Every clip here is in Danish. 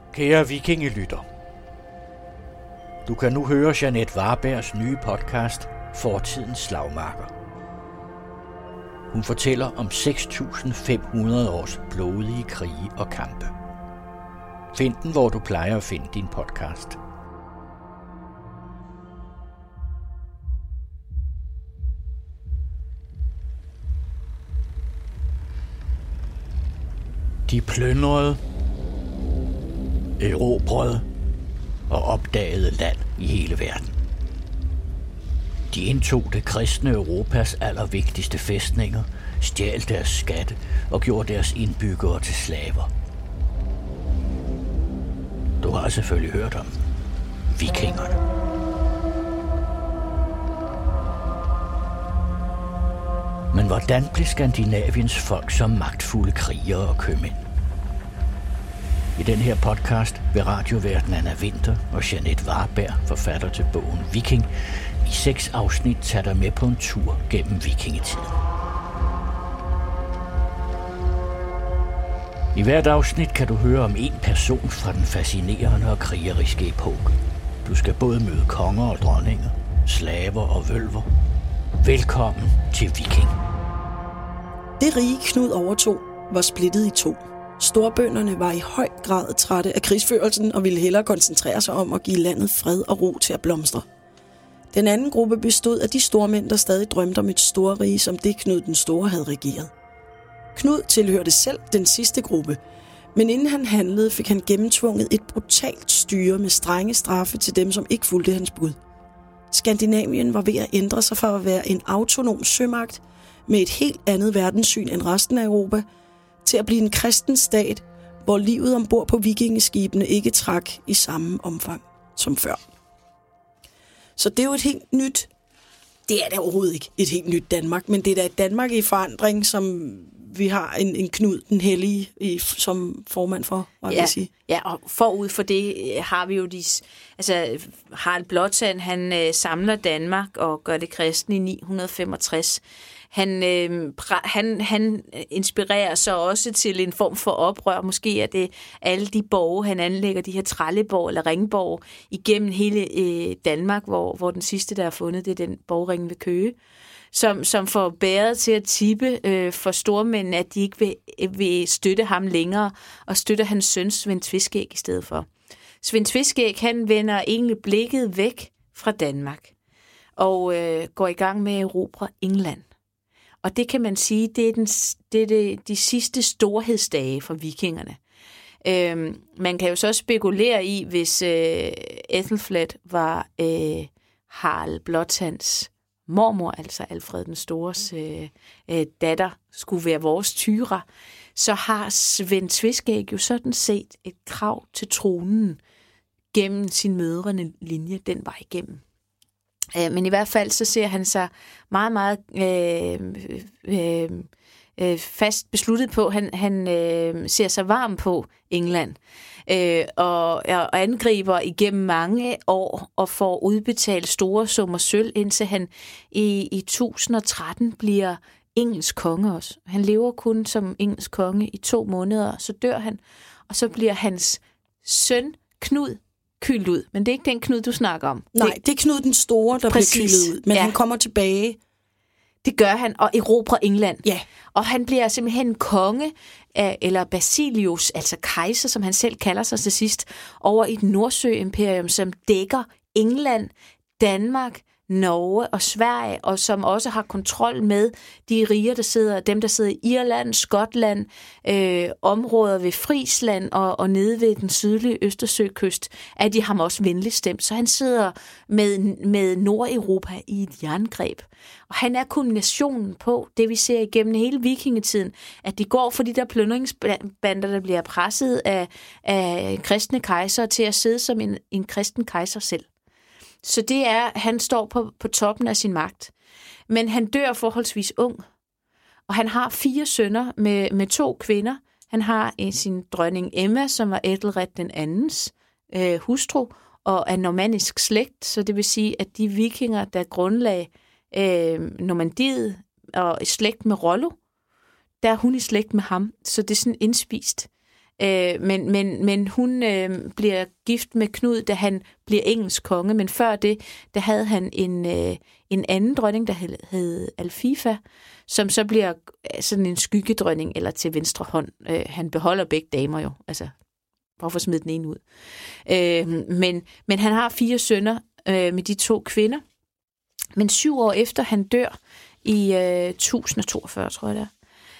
Kære vikingelytter. Du kan nu høre Jeanette Varbergs nye podcast, Fortidens slagmarker. Hun fortæller om 6.500 års blodige krige og kampe. Find den, hvor du plejer at finde din podcast. De plyndrede, erobrede og opdagede land i hele verden. De indtog det kristne Europas allervigtigste fæstninger, stjal deres skatte og gjorde deres indbyggere til slaver. Du har selvfølgelig hørt om vikingerne. Men hvordan blev Skandinaviens folk som magtfulde krigere og købmænd? I den her podcast vil radioværten Anna Winther og Jeanette Varberg, forfatter til bogen Viking, i 6 afsnit tager dig med på en tur gennem vikingetiden. I hvert afsnit kan du høre om en person fra den fascinerende og krigeriske epoke. Du skal både møde konger og dronninger, slaver og vølver. Velkommen til Viking. Det rige Knud overtog var splittet i 2. Storbønderne var i høj grad trætte af krigsførelsen og ville hellere koncentrere sig om at give landet fred og ro til at blomstre. Den anden gruppe bestod af de stormænd, der stadig drømte om et storrige, som det Knud den Store havde regeret. Knud tilhørte selv den sidste gruppe, men inden han handlede, fik han gennemtvunget et brutalt styre med strenge straffe til dem, som ikke fulgte hans bud. Skandinavien var ved at ændre sig fra at være en autonom sømagt med et helt andet verdenssyn end resten af Europa, til at blive en kristen stat, hvor livet ombord på vikingeskibene ikke trak i samme omfang som før. Så det er jo et helt nyt, det er da overhovedet ikke et helt nyt Danmark, men det er da et Danmark i forandring, som vi har en Knud den Hellige som formand for, hvad jeg sige. Ja, og forud for det har vi jo Harald Blåtand, han samler Danmark og gør det kristen i 965. Han inspirerer så også til en form for oprør. Måske er det alle de borge, han anlægger, de her trælleborg eller ringborg, igennem hele Danmark, hvor den sidste, der er fundet, det er den borgring ved Køge, som får bæret til at tippe for stormændene, at de ikke vil støtte ham længere, og støtter hans søn Svend Tveskæg i stedet for. Svend Tveskæg, han vender egentlig blikket væk fra Danmark, og går i gang med at erobre England. Og det kan man sige, det er de sidste storhedsdage for vikingerne. Man kan jo så spekulere i, hvis Æthelflæd var Harald Blåtands mormor, altså Alfred den Stores datter, skulle være vores Thyra, så har Svend Tveskæg jo sådan set et krav til tronen gennem sin mødrene linje den vej igennem. Men i hvert fald så ser han sig meget, meget fast besluttet på, han ser sig varm på England og angriber igennem mange år og får udbetalt store summer sølv, indtil han i 1013 bliver engelsk konge også. Han lever kun som engelsk konge i 2 måneder, så dør han, og så bliver hans søn Knud kylet ud. Men det er ikke den Knud, du snakker om. Nej, det er Knud den Store, der bliver kylet ud. Men han kommer tilbage. Det gør han, og erobrer England. Ja. Og han bliver simpelthen konge, eller Basilius, altså kejser, som han selv kalder sig til sidst, over et Nordsø-imperium, som dækker England, Danmark, Norge og Sverige, og som også har kontrol med de riger, dem der sidder i Irland, Skotland, områder ved Friesland og nede ved den sydlige Østersøkyst, er de ham også venligt stemt. Så han sidder med Nordeuropa i et jerngreb. Og han er kulminationen på det, vi ser igennem hele vikingetiden, at de går for de der plyndringsbander, der bliver presset af kristne kejser til at sidde som en kristen kejser selv. Så det er, han står på toppen af sin magt. Men han dør forholdsvis ung. Og han har 4 sønner med 2 kvinder. Han har sin dronning Emma, som var Æthelred den andens hustru, og af normannisk slægt. Så det vil sige, at de vikinger, der grundlagde Normandiet og i slægt med Rollo, der er hun i slægt med ham. Så det er sådan indspist. Men hun bliver gift med Knud, da han bliver engelsk konge. Men før det, der havde han en anden dronning, der hed Alfifa, som så bliver sådan en skyggedronning, eller til venstre hånd. Han beholder begge damer jo, altså hvorfor smide den ene ud? Men han har 4 sønner med de 2 kvinder. Men 7 år efter han dør, i 1042, tror jeg det er,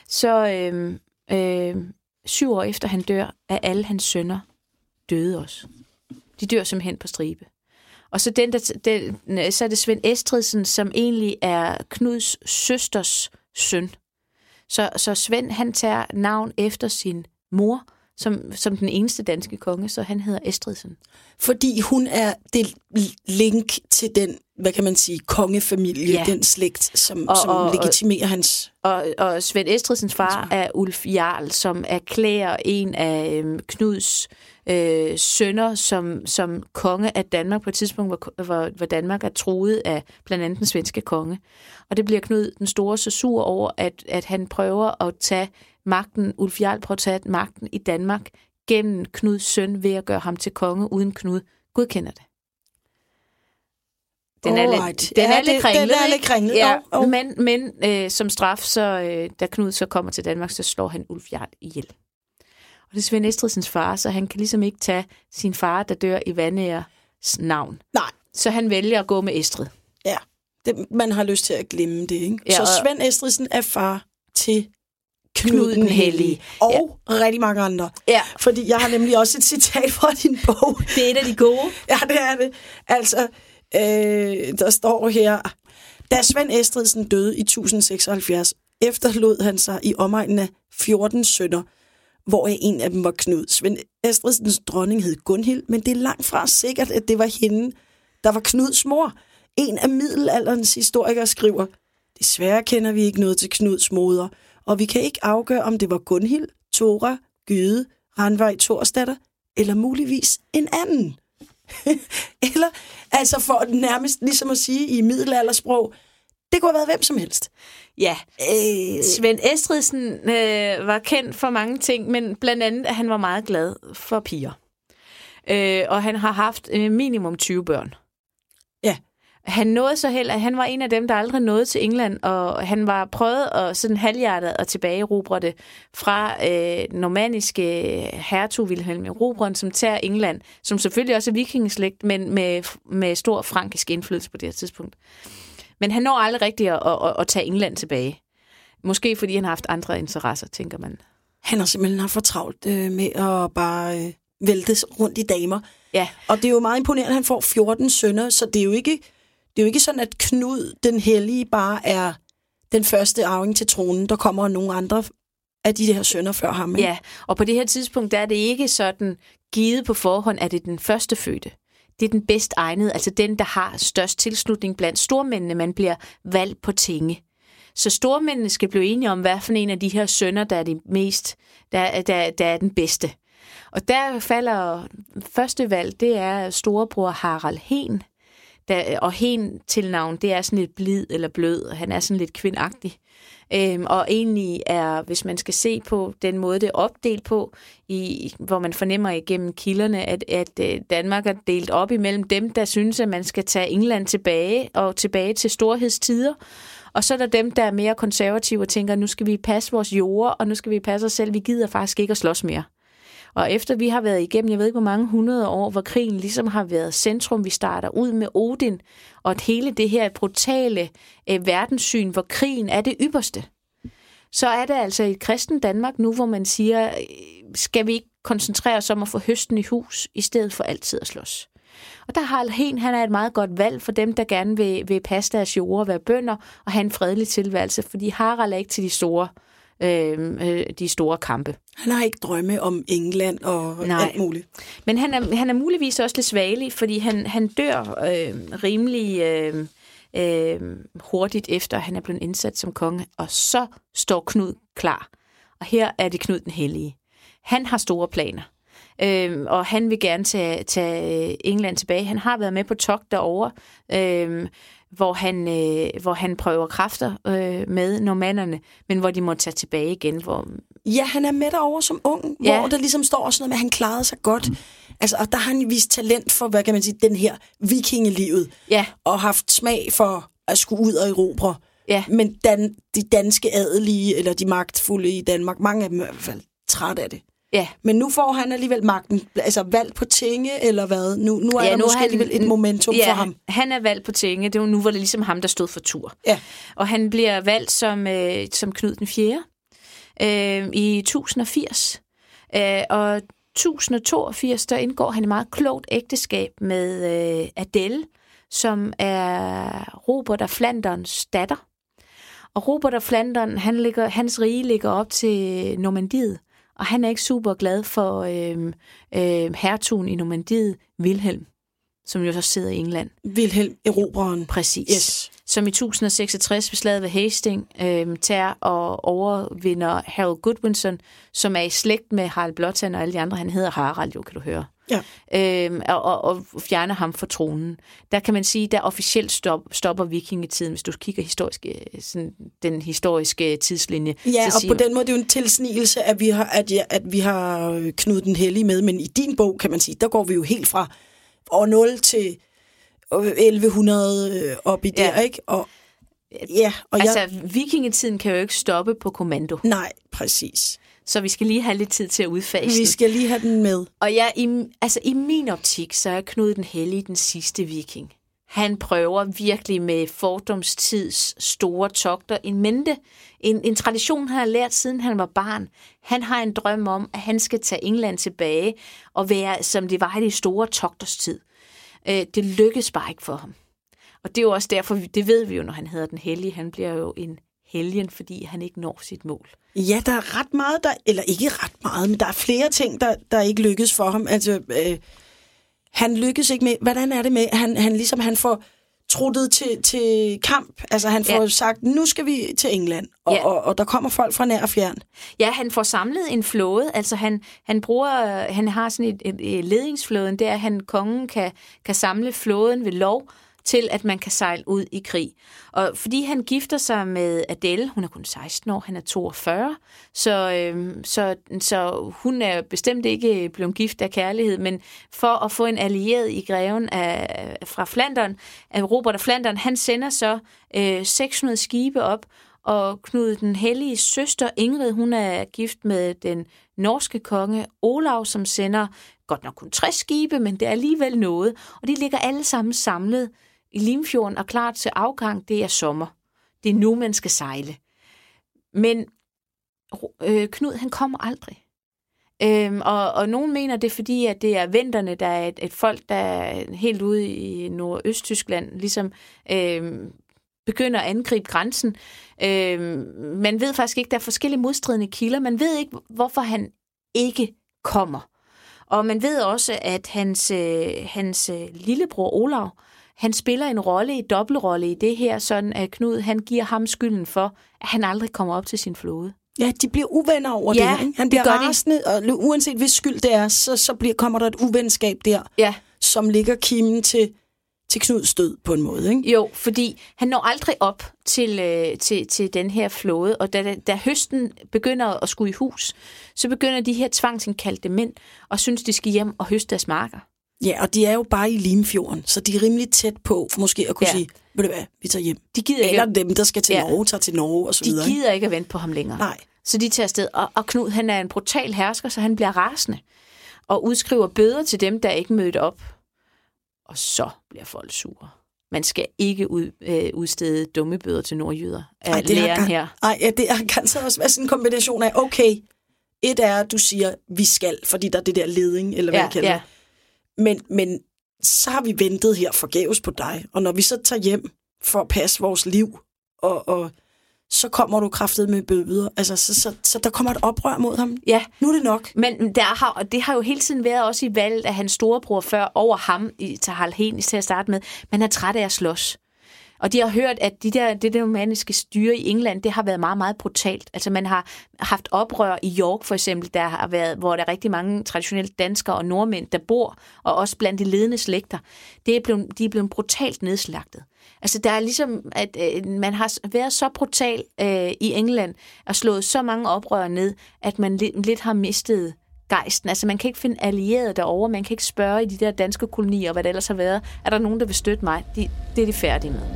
så 7 år efter han dør, er alle hans sønner døde også. De dør simpelthen på stribe. Og så, så er det Svend Estridsen, som egentlig er Knuds søsters søn. Så Svend, han tager navn efter sin mor, som den eneste danske konge, så han hedder Estridsen. Fordi hun er det link til den, hvad kan man sige, kongefamilie, ja. Den slægt, som legitimerer hans... Og Svend Estridsens far er Ulf Jarl, som erklærer en af Knuds sønner som konge af Danmark på et tidspunkt, hvor Danmark er truet af blandt andet den svenske konge. Og det bliver Knud den store så sur over, at han prøver at tage magten, Ulf Jarl prøver at tage magten i Danmark gennem Knuds søn ved at gøre ham til konge, uden Knud godkender det. Den er lidt kringlet. Ja, men som straf, så da Knud så kommer til Danmark, så slår han Ulf Jarl ihjel. Og det er Svend Estridsens far, så han kan ligesom ikke tage sin far, der dør i Vanæres navn. Nej. Så han vælger at gå med Estrid. Ja, man har lyst til at glemme det, ikke? Ja, så Svend Estridsen er far til Knud den Hellige. Og rigtig mange andre. Ja. Fordi jeg har nemlig også et citat fra din bog. Det er et af de gode. Ja, det er det. Altså, der står her, da Svend Estridsen døde i 1076, efterlod han sig i omegnen af 14 sønner, hvoraf en af dem var Knud. Svend Estridsens dronning hed Gunhild, men det er langt fra sikkert, at det var hende, der var Knuds mor. En af middelalderens historikere skriver, desværre kender vi ikke noget til Knuds moder, og vi kan ikke afgøre, om det var Gunhild, Tora, Gyde, Ranveig Torsdatter, eller muligvis en anden. Eller, altså for nærmest ligesom at sige i middelaldersprog, det kunne have været hvem som helst. Ja, Svend Estridsen var kendt for mange ting, men blandt andet, at han var meget glad for piger. Og han har haft minimum 20 børn. Ja. Han nåede så heller, at han var en af dem, der aldrig nåede til England, og han var prøvet at sådan halvhjertet at tilbageerobre det fra normanniske hertug Wilhelm Erobreren, som tager England, som selvfølgelig også er vikingeslægt, men med stor frankisk indflydelse på det her tidspunkt. Men han når aldrig rigtigt at tage England tilbage. Måske fordi han har haft andre interesser, tænker man. Han har simpelthen haft for travlt med at bare væltes rundt i damer. Ja. Og det er jo meget imponerende, at han får 14 sønner, så det er jo ikke sådan, at Knud den Hellige bare er den første arving til tronen. Der kommer nogle andre af de her sønner før ham. Ikke? Ja, og på det her tidspunkt, der er det ikke sådan givet på forhånd, at det er den første fødte. Det er den bedst egnede, altså den, der har størst tilslutning blandt stormændene, man bliver valgt på tinge. Så stormændene skal blive enige om, hvad for en af de her sønner, der er det mest, der er den bedste. Og der falder første valg, det er storebror Harald Hen. Og Hen til navn, det er sådan lidt blid eller blød, han er sådan lidt kvindagtig. Og egentlig er, hvis man skal se på den måde, det er opdelt på, hvor man fornemmer igennem kilderne, at Danmark er delt op imellem dem, der synes, at man skal tage England tilbage til storhedstider. Og så er der dem, der er mere konservative og tænker, at nu skal vi passe vores jorder, og nu skal vi passe os selv, vi gider faktisk ikke at slås mere. Og efter vi har været igennem, jeg ved ikke hvor mange 100 år, hvor krigen ligesom har været centrum, vi starter ud med Odin, og at hele det her brutale verdenssyn, hvor krigen er det ypperste, så er det altså i et kristen Danmark nu, hvor man siger, skal vi ikke koncentrere os om at få høsten i hus, i stedet for altid at slås. Og der har han er et meget godt valg for dem, der gerne vil passe deres jorder og være bønder, og have en fredelig tilværelse, fordi Harald er ikke til de store kampe. Han har ikke drømme om England og alt muligt. Men han er muligvis også lidt svagelig, fordi han dør rimelig hurtigt efter, han er blevet indsat som konge, og så står Knud klar. Og her er det Knud den Hellige. Han har store planer, og han vil gerne tage England tilbage. Han har været med på togt derovre, hvor han prøver kræfter med normannerne, men hvor de må tage tilbage igen. Ja, han er med derovre som ung, hvor der ligesom står også noget med, at han klarede sig godt. Altså, og der har han vist talent for, hvad kan man sige, den her vikingelivet. Ja. Og haft smag for at skulle ud og erobre. Ja. Men de danske adelige, eller de magtfulde i Danmark, mange af dem er i hvert fald træt af det. Ja. Men nu får han alligevel magten, altså valgt på tinge, eller hvad? Nu er der måske alligevel et momentum for ham. Han er valgt på tinge. Det var nu, hvor det ligesom ham, der stod for tur. Ja. Og han bliver valgt som Knud den 4. I 1080. Og 1082, der indgår han et meget klogt ægteskab med Adele, som er Robert af Flanderns datter. Og Robert af Flandern, hans rige ligger op til Normandiet, og han er ikke super glad for hertugen i Normandiet, Vilhelm, som jo så sidder i England. Vilhelm erobreren. Præcis. Yes. Som i 1066 ved slaget ved Hastings tager og overvinder Harold Godwinson, som er i slægt med Harald Blåtand og alle de andre. Han hedder Harald, jo, kan du høre. Ja. Og fjerner ham fra tronen. Der kan man sige, der officielt stopper vikingetiden, hvis du kigger den historiske tidslinje. Ja, og på den måde det er jo en tilsnigelse, at vi har Knud den Hellige med, men i din bog, kan man sige, der går vi jo helt fra år 0 til 1100 op i der, ikke? Og vikingetiden kan jo ikke stoppe på kommando. Nej, præcis. Så vi skal lige have lidt tid til at udfase den. Vi skal lige have den med. Og i min optik, så er Knud den Hellige den sidste viking. Han prøver virkelig med fordomstids store togter en tradition, han har lært, siden han var barn. Han har en drøm om, at han skal tage England tilbage og være, som det var i de store togters tid. Det lykkes bare ikke for ham. Og det er jo også derfor, det ved vi jo, når han hedder den Hellige. Han bliver jo en helgen, fordi han ikke når sit mål. Ja, der er ret meget, eller ikke ret meget, men der er flere ting, der ikke lykkes for ham. Altså, han lykkes ikke med, hvordan er det med, han får truttet til kamp. Altså, han får sagt, nu skal vi til England, og der kommer folk fra nær og fjern. Ja, han får samlet en flåde. Altså, han har sådan et ledingsflåden, der kongen kan samle flåden ved lov, til at man kan sejle ud i krig. Og fordi han gifter sig med Adele, hun er kun 16 år, han er 42, så hun er bestemt ikke blevet gift af kærlighed, men for at få en allieret i greven fra Flandern, Robert af Flandern, han sender så 600 skibe op, og Knud den Hellige søster Ingrid, hun er gift med den norske konge Olav, som sender godt nok kun 60 skibe, men det er alligevel noget, og de ligger alle sammen samlet i Limfjorden og klar til afgang. Det er sommer. Det er nu, man skal sejle. Men Knud, han kommer aldrig. Og nogen mener det, fordi at det er venderne, der er et folk, der er helt ude i Nordøsttyskland, ligesom begynder at angribe grænsen. Man ved faktisk ikke, der er forskellige modstridende kilder. Man ved ikke, hvorfor han ikke kommer. Og man ved også, at hans lillebror Olav, han spiller en dobbeltrolle i det her, sådan at Knud, han giver ham skylden for, at han aldrig kommer op til sin flåde. Ja, de bliver uvenner over det. Ikke? Han bliver rasende, og uanset hvis skyld det er, så kommer der et uvenskab der, som ligger kimen til Knuds død på en måde. Ikke? Jo, fordi han når aldrig op til den her flåde, og da høsten begynder at skulle i hus, så begynder de her tvangsindkaldte mænd og synes, de skal hjem og høste deres marker. Ja, og de er jo bare i Limfjorden, så de er rimelig tæt på måske at kunne sige, ved du hvad, vi tager hjem. De gider eller ikke, dem, der skal til Norge, tager til Norge og så videre. De gider ikke at vente på ham længere. Nej. Så de tager afsted, og Knud, han er en brutal hersker, så han bliver rasende og udskriver bøder til dem, der ikke mødte op. Og så bliver folk sure. Man skal ikke udstede dumme bøder til nordjyder af læreren her. Det har ganske også været sådan en kombination af, okay, et er, at du siger, vi skal, fordi der er det der leding, eller hvad jeg kalder det. Men så har vi ventet her forgæves på dig, og når vi så tager hjem for at passe vores liv, og så kommer du kraftet med bøder. Altså, så der kommer et oprør mod ham. Ja. Nu er det nok. Men det har jo hele tiden været også i valget af hans storebror før over ham, til Harald Henis til at starte med. Man er træt af at slås. Og de har hørt, at det normanniske styre i England, det har været meget, meget brutalt. Altså man har haft oprør i York for eksempel, der har været, hvor der er rigtig mange traditionelt danskere og nordmænd, der bor, og også blandt de ledende slægter. De er blevet brutalt nedslagtet. Altså der er ligesom, at man har været så brutal i England og slået så mange oprør ned, at man lidt har mistet gejsten. Altså man kan ikke finde allierede derovre, man kan ikke spørge i de der danske kolonier, hvad det ellers har været. Er der nogen, der vil støtte mig? Det er de færdige med.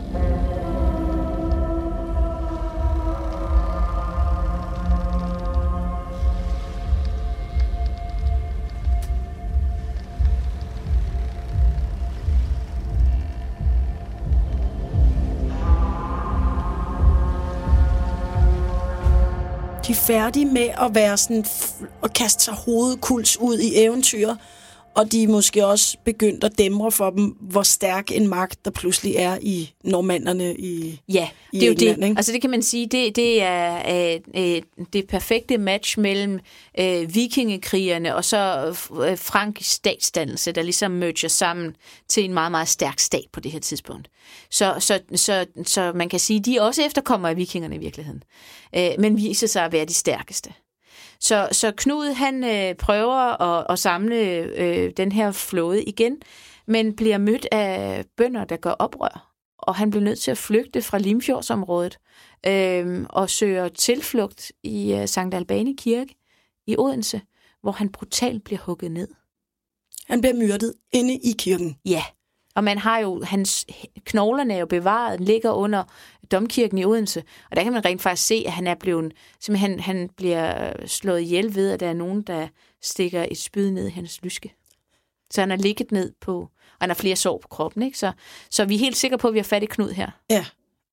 De er færdige med at være sådan at kaste sig hovedkuls ud i eventyr, og de er måske også begyndt at dæmre for dem, hvor stærk en magt der pludselig er i normanderne i Ja, det er jo det. Altså det kan man sige, det er det perfekte match mellem vikingekrigerne og så frankisk statsdannelse, der ligesom merger sammen til en meget, meget stærk stat på det her tidspunkt. Så man kan sige, de er også efterkommer af vikingerne i virkeligheden, men viser sig at være de stærkeste. Så Knud, han prøver at samle den her flåde igen, men bliver mødt af bønder, der gør oprør. Og han bliver nødt til at flygte fra Limfjordsområdet og søger tilflugt i Sankt Albani Kirke i Odense, hvor han brutalt bliver hugget ned. Han bliver myrdet inde i kirken? Ja, og man har jo, hans knoglerne er jo bevaret, ligger under domkirken i Odense, og der kan man rent faktisk se, at han er blevet, simpelthen han bliver slået ihjel ved, at der er nogen, der stikker et spyd ned i hans lyske. Så han er ligget ned på, og han har flere sår på kroppen, ikke? Så vi er helt sikre på, at vi har fat i Knud her. Ja,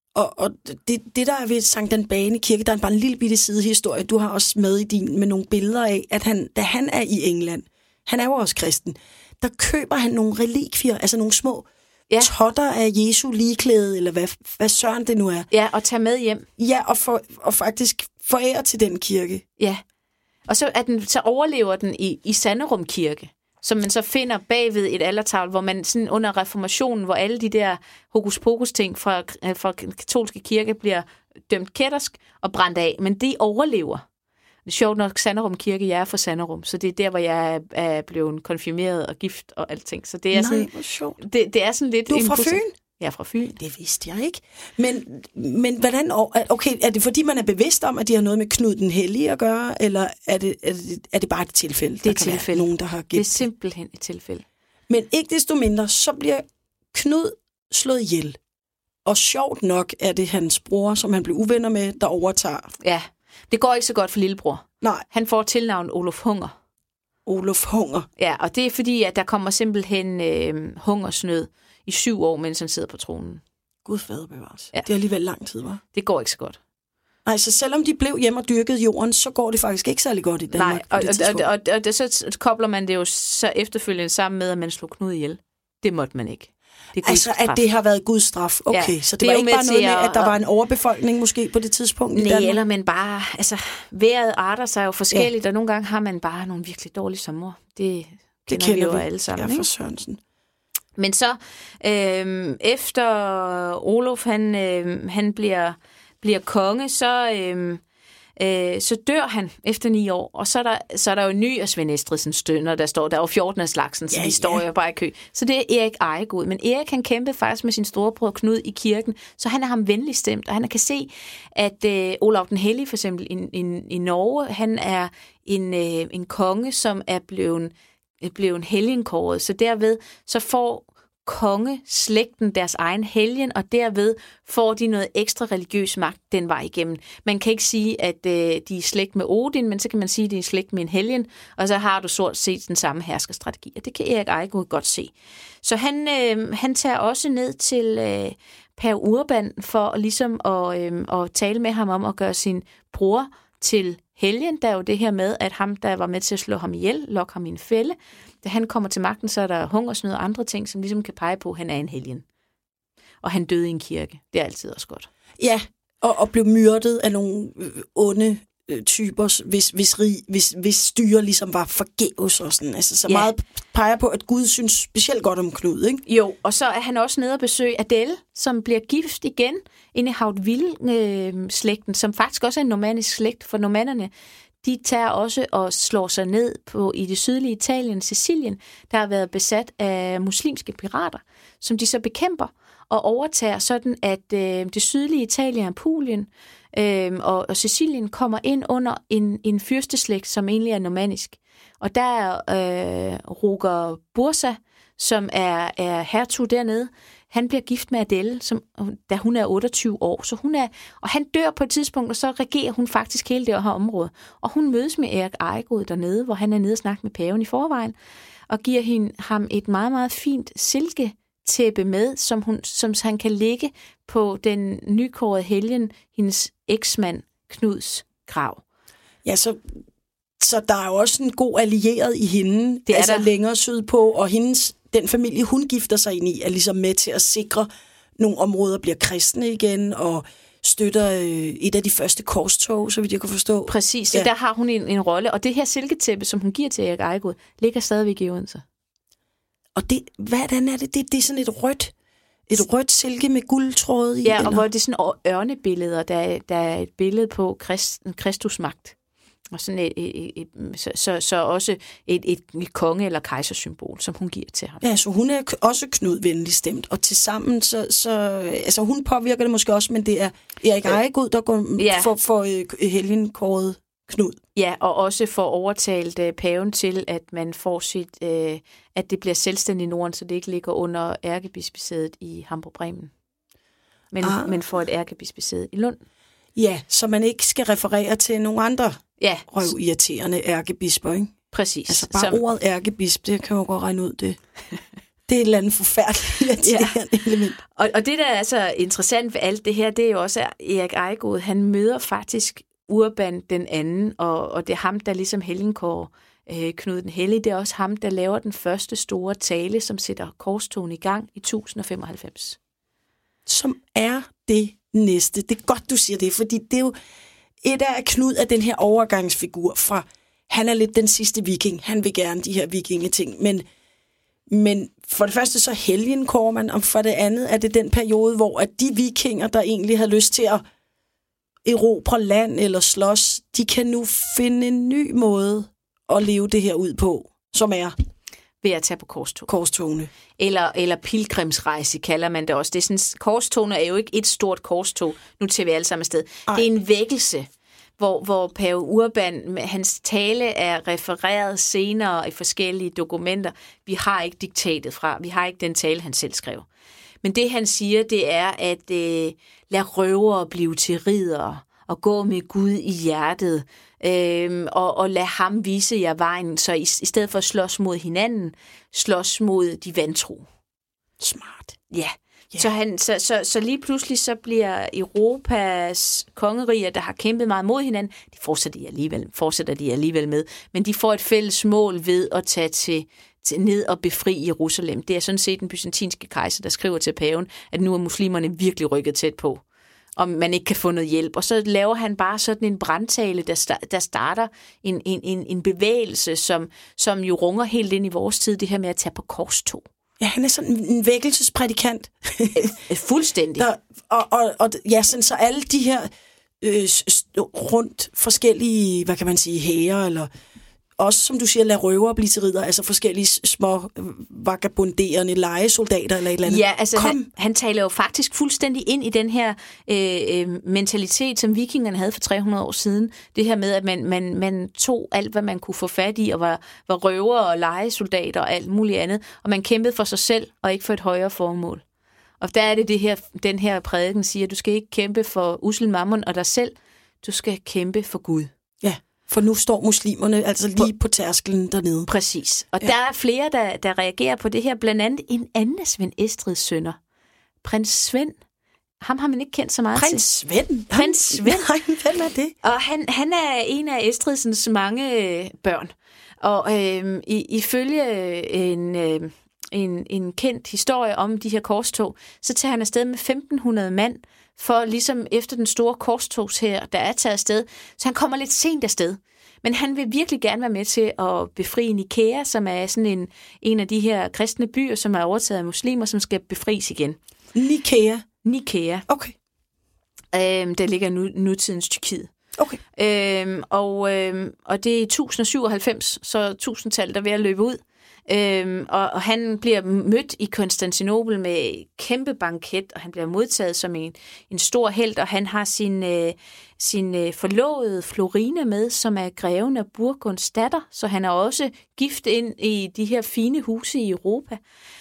og det der er ved Sankt Albani Kirke, der er bare en lille bitte sidehistorie. Du har også med i din med nogle billeder af, at da han er i England, han er jo også kristen, der køber han nogle relikvier, altså nogle små totter af Jesu ligeklæde, eller hvad søren det nu er. Ja, og tage med hjem. Ja, og faktisk forære til den kirke. Ja, og så overlever den i Sanderum Kirke, som man så finder bagved et altertavle, hvor man sådan under reformationen, hvor alle de der hokus-pokus-ting fra katolske kirke bliver dømt kættersk og brændt af, men de overlever. Det er sjovt nok, Sanderum Kirke, jeg er fra Sanderum, så det er der, hvor jeg er blevet konfirmeret og gift og alting. Så det er sådan, hvor sjovt. Det er sådan lidt... Du er fra Fyn? Jeg er fra Fyn. Det vidste jeg ikke. Men hvordan... Okay, er det fordi, man er bevidst om, at de har noget med Knud den Hellige at gøre, eller er det bare et tilfælde? Det er et tilfælde. Nogen, der har gemt. Det er simpelthen et tilfælde. Men ikke desto mindre, så bliver Knud slået ihjel. Og sjovt nok er det hans bror, som han blev uvenner med, der overtager. Ja, det går ikke så godt for lillebror. Nej. Han får tilnavnet Olof Hunger. Olof Hunger. Ja, og det er fordi, at der kommer simpelthen hungersnød i 7 år, mens han sidder på tronen. Gud fader bevares. Ja. Det er alligevel lang tid, hva'? Det går ikke så godt. Nej, så selvom de blev hjemme og dyrkede jorden, så går det faktisk ikke særlig godt i Danmark. Nej, og så kobler man det jo så efterfølgende sammen med, at man slog Knud ihjel. Det måtte man ikke. Det altså, at det har været Guds straf. Okay, ja, så det var ikke bare noget med, at der var en overbefolkning måske på det tidspunkt i Danmark? Nej, eller men bare, altså, vejret arter sig jo forskelligt, og nogle gange har man bare nogle virkelig dårlige sommer. Det kender vi jo alle sammen. Ja, for Sørensen. Men så, efter Olof, han bliver konge, så dør han efter 9 år, og så er der jo en ny af Svend Estridsens stønner, der står, der er jo 14 af slagsen, så de står jo bare i kø. Så det er Erik Ejegod, men Erik han kæmpede faktisk med sin storebror Knud i kirken, så han er ham venlig stemt, og han kan se, at Olav den Hellige for eksempel i Norge, han er en konge, som er blevet helgenkåret, så derved så får kongeslægten deres egen helgen, og derved får de noget ekstra religiøs magt den vej igennem. Man kan ikke sige, at de er slægt med Odin, men så kan man sige, at de er slægt med en helgen, og så har du sort set den samme herskerstrategi, og det kan Erik Ejegod godt se. Så han tager også ned til Pav Urban for ligesom at tale med ham om at gøre sin bror til helgen. Der er jo det her med, at ham, der var med til at slå ham ihjel, lokke ham i en fælde. Da han kommer til magten, så er der hungersnød og andre ting, som ligesom kan pege på, at han er en helgen. Og han døde i en kirke. Det er altid også godt. Ja, og blev myrdet af nogle onde typer, hvis styre ligesom var forgæves og sådan. Altså, så meget peger på, at Gud synes specielt godt om Knud, ikke? Jo, og så er han også nede og besøge Adele, som bliver gift igen inde i Hauteville-slægten, som faktisk også er en normannisk slægt, for normannerne, de tager også og slår sig ned i det sydlige Italien, Sicilien, der har været besat af muslimske pirater, som de så bekæmper og overtager, sådan at det sydlige Italien, Apulien og Sicilien kommer ind under en fyrsteslægt, som egentlig er normannisk. Og der er Roger Bursa, som er hertug dernede. Han bliver gift med Adele, da hun er 28 år. Og han dør på et tidspunkt, og så regerer hun faktisk hele det her område. Og hun mødes med Erik Ejegod dernede, hvor han er nede og snakker med paven i forvejen, og giver ham et meget, meget fint silketæppe med, som han kan lægge på den nykårede helgen, hendes eksmand Knuds grav. Ja, så der er jo også en god allieret i hende, det altså længere sydpå, og den familie, hun gifter sig ind i, er ligesom med til at sikre, nogle områder bliver kristne igen, og støtter et af de første korstog, så vidt jeg kan forstå. Præcis, så der har hun en rolle, og det her silketæppe, som hun giver til Erik Ejegod, ligger stadigvæk i Odense. Og hvordan er det? Det er sådan et rødt silke med guldtråde i. Ja, og hvor det er sådan ørnebilleder, der er et billede på Kristusmagt. Og sådan så også et konge- eller kejsersymbol, som hun giver til ham. Ja, så hun er også Knud-venlig stemt, og tilsammen, altså hun påvirker det måske også, men det er Erik Ejegod, der går for helgenkåret Knud. Ja, og også får overtalt paven til, at man får at det bliver selvstændigt i Norden, så det ikke ligger under ærkebispesædet i Hamburg-Bremen. Men får et ærkebispesæde i Lund. Ja, så man ikke skal referere til nogle andre røvirriterende ærkebisper, ikke? Præcis. Altså bare ordet ærkebisp, det kan jo godt regne ud, det er et eller andet forfærdeligt irriterende element. Og det, der er så interessant ved alt det her, det er jo også, at Erik Ejegod, han møder faktisk Urban den anden, og det er ham, der ligesom helgenkår Knud den Hellige. Det er også ham, der laver den første store tale, som sætter korstogen i gang i 1095. Som er det næste. Det er godt, du siger det, fordi det er jo et af Knud af den her overgangsfigur fra, han er lidt den sidste viking, han vil gerne de her vikingeting, men for det første så helgenkår man, og for det andet er det den periode, hvor at de vikinger, der egentlig har lyst til at erobre land eller slås, de kan nu finde en ny måde at leve det her ud på, som er ved at tage på korstog. Korstogene. Eller pilgrimsrejse kalder man det også. Det er sådan, korstogene er jo ikke et stort korstog, nu til vi alle sammen afsted. Det er en vækkelse, hvor pave Urban, hans tale er refereret senere i forskellige dokumenter. Vi har ikke diktatet fra, vi har ikke den tale, han selv skrev. Men det, han siger, det er, at lad røvere blive til riddere, og gå med Gud i hjertet, og lad ham vise jer vejen, så i stedet for at slås mod hinanden, slås mod de vantro. Smart. Ja. Yeah. Så lige pludselig så bliver Europas kongeriger, der har kæmpet meget mod hinanden, de fortsætter de alligevel med, men de får et fælles mål ved at tage til ned og befri Jerusalem. Det er sådan set den byzantinske kejser, der skriver til paven, at nu er muslimerne virkelig rykket tæt på, og man ikke kan få noget hjælp. Og så laver han bare sådan en brandtale, der starter en bevægelse, som jo runger helt ind i vores tid, det her med at tage på korstog. Ja, han er sådan en vækkelsesprædikant. Fuldstændig. Sådan, så alle de her rundt forskellige, hvad kan man sige, hære, eller også, som du siger, lad røver blive til ridder, altså forskellige små vagabunderende lejesoldater eller et eller andet. Ja, altså han taler jo faktisk fuldstændig ind i den her mentalitet, som vikingerne havde for 300 år siden. Det her med, at man tog alt, hvad man kunne få fat i, og var røver og lejesoldater og alt muligt andet, og man kæmpede for sig selv og ikke for et højere formål. Og der er det den her prædiken siger, at du skal ikke kæmpe for usel mammon og dig selv, du skal kæmpe for Gud. Ja. For nu står muslimerne altså lige på tærskelen dernede. Præcis. Og der er flere, der reagerer på det her. Blandt andet en anden af Svend Estrids sønner. Prins Svend. Ham har man ikke kendt så meget Prins Svend? Prins Svend. Nej, hvem er det? Og han er en af Estridsens mange børn. Og ifølge en kendt historie om de her korstog, så tager han afsted med 1.500 mand, for ligesom efter den store korstogshær, der er taget afsted, så han kommer lidt sent afsted. Men han vil virkelig gerne være med til at befri Nikæa, som er sådan en af de her kristne byer, som er overtaget af muslimer, som skal befries igen. Nikæa. Okay. Der ligger nutidens Tyrkiet. Okay. Og det er i 1097, så 1000-tallet er ved at løbe ud. Og han bliver mødt i Konstantinopel med kæmpe banket, og han bliver modtaget som en stor helt, og han har sin forlovede Florina med, som er greven af Burgunds datter, så han er også gift ind i de her fine huse i Europa.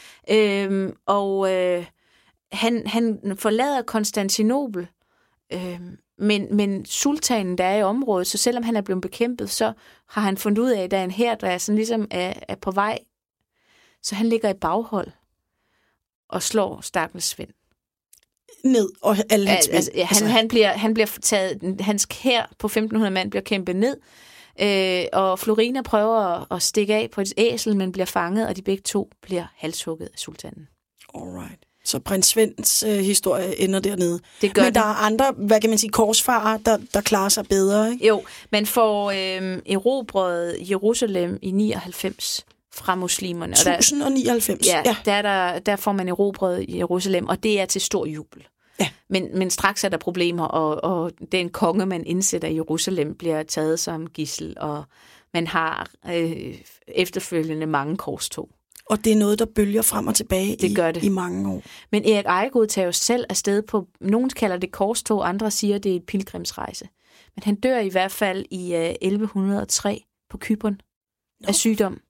Han forlader Konstantinopel, men sultanen, der er i området, så selvom han er blevet bekæmpet, så har han fundet ud af, at der er en hær, der er sådan ligesom er på vej. Så han ligger i baghold og slår stakkels Svend ned, og alle hans mænd. Han bliver taget, hans hær på 1.500 mand bliver kæmpet ned, og Florina prøver at stikke af på et æsel, men bliver fanget, og de begge to bliver halshugget af sultanen. Alright. Så prins Svends historie ender dernede. Det gør men der er andre, hvad kan man sige, korsfarer, der klarer sig bedre, ikke? Jo, man får erobret Jerusalem i 99 fra muslimerne. 1099? Ja. Der får man erobret Jerusalem, og det er til stor jubel. Ja. Men straks er der problemer, og den konge, man indsætter i Jerusalem, bliver taget som gidsel, og man har efterfølgende mange korstog. Og det er noget, der bølger frem og tilbage i mange år. Men Erik Ejegod tager jo selv afsted på, nogen kalder det korstog, andre siger, det er et pilgrimsrejse. Men han dør i hvert fald i 1103 på Cypern af sygdom.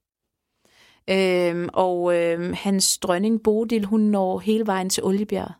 Hans dronning Bodil, hun når hele vejen til Oliebjerg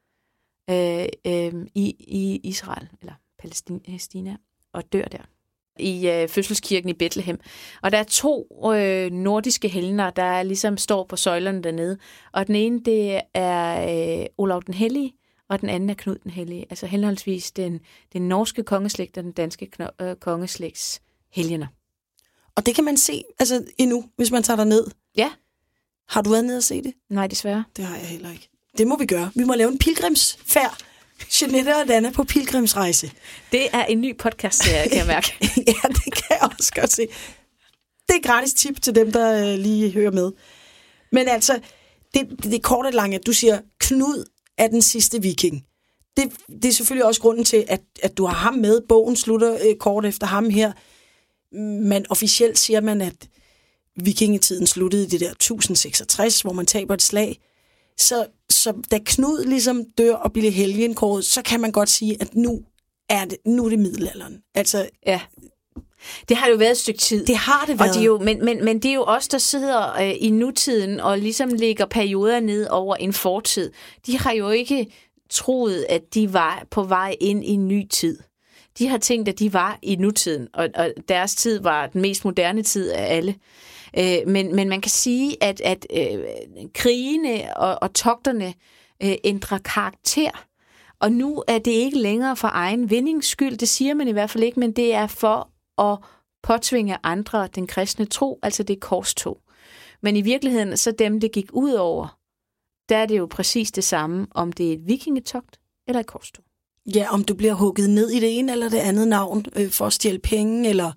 i Israel, eller Palæstina, og dør der i fødselskirken i Bethlehem. Og der er 2 nordiske helgener, der ligesom står på søjlerne dernede. Og den ene, det er Olav den Hellige, og den anden er Knud den Hellige. Altså henholdsvis den norske kongeslægt og den danske kongeslægts helgener. Og det kan man se altså endnu, hvis man tager derned. Ja. Har du været nede og se det? Nej, desværre. Det har jeg heller ikke. Det må vi gøre. Vi må lave en pilgrimsfærd. Jeanette og Danna på pilgrimsrejse. Det er en ny podcast-serie, kan jeg mærke. Ja, det kan jeg også godt se. Det er gratis tip til dem, der lige hører med. Men altså, det er kort og langt, at du siger, Knud er den sidste viking. Det er selvfølgelig også grunden til, at du har ham med. Bogen slutter kort efter ham her. Men officielt siger man, at vikingetiden sluttede i det der 1066, hvor man taber et slag. Så da Knud ligesom dør og bliver helgenkåret, så kan man godt sige, at nu er det middelalderen. Altså, ja. Det har jo været et stykke tid. Det har det været. Og det er jo, men det er jo os, der sidder i nutiden og ligesom lægger perioder ned over en fortid. De har jo ikke troet, at de var på vej ind i en ny tid. De har tænkt, at de var i nutiden, og deres tid var den mest moderne tid af alle. Men man kan sige, at krigene og togterne ændrer karakter. Og nu er det ikke længere for egen vindings skyld, det siger man i hvert fald ikke, men det er for at påtvinge andre den kristne tro, altså det er korstog. Men i virkeligheden, så dem, det gik ud over, der er det jo præcis det samme, om det er et vikingetogt eller et korstog. Ja, om du bliver hugget ned i det ene eller det andet navn for at stjæle penge, eller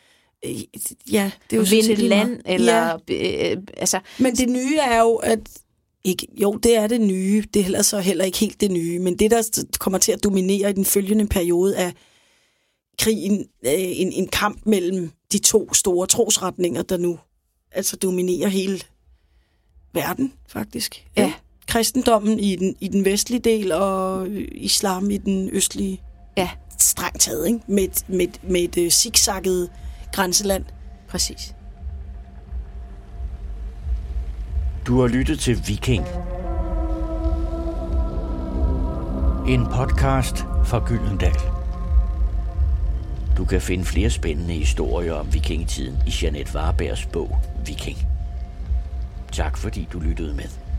ja, det er jo vinde land, eller altså. Men det nye er jo, at ikke, jo, det er det nye, det er så heller ikke helt det nye, men det, der kommer til at dominere i den følgende periode af krigen, en kamp mellem de 2 store trosretninger, der nu altså dominerer hele verden, faktisk. Ja. Kristendommen i den vestlige del, og islam i den østlige. Ja. Strengt taget, ikke? Med et zigzagget grænseland. Præcis. Du har lyttet til Viking. En podcast fra Gyldendal. Du kan finde flere spændende historier om vikingetiden i Jeanette Varbergs bog Viking. Tak fordi du lyttede med.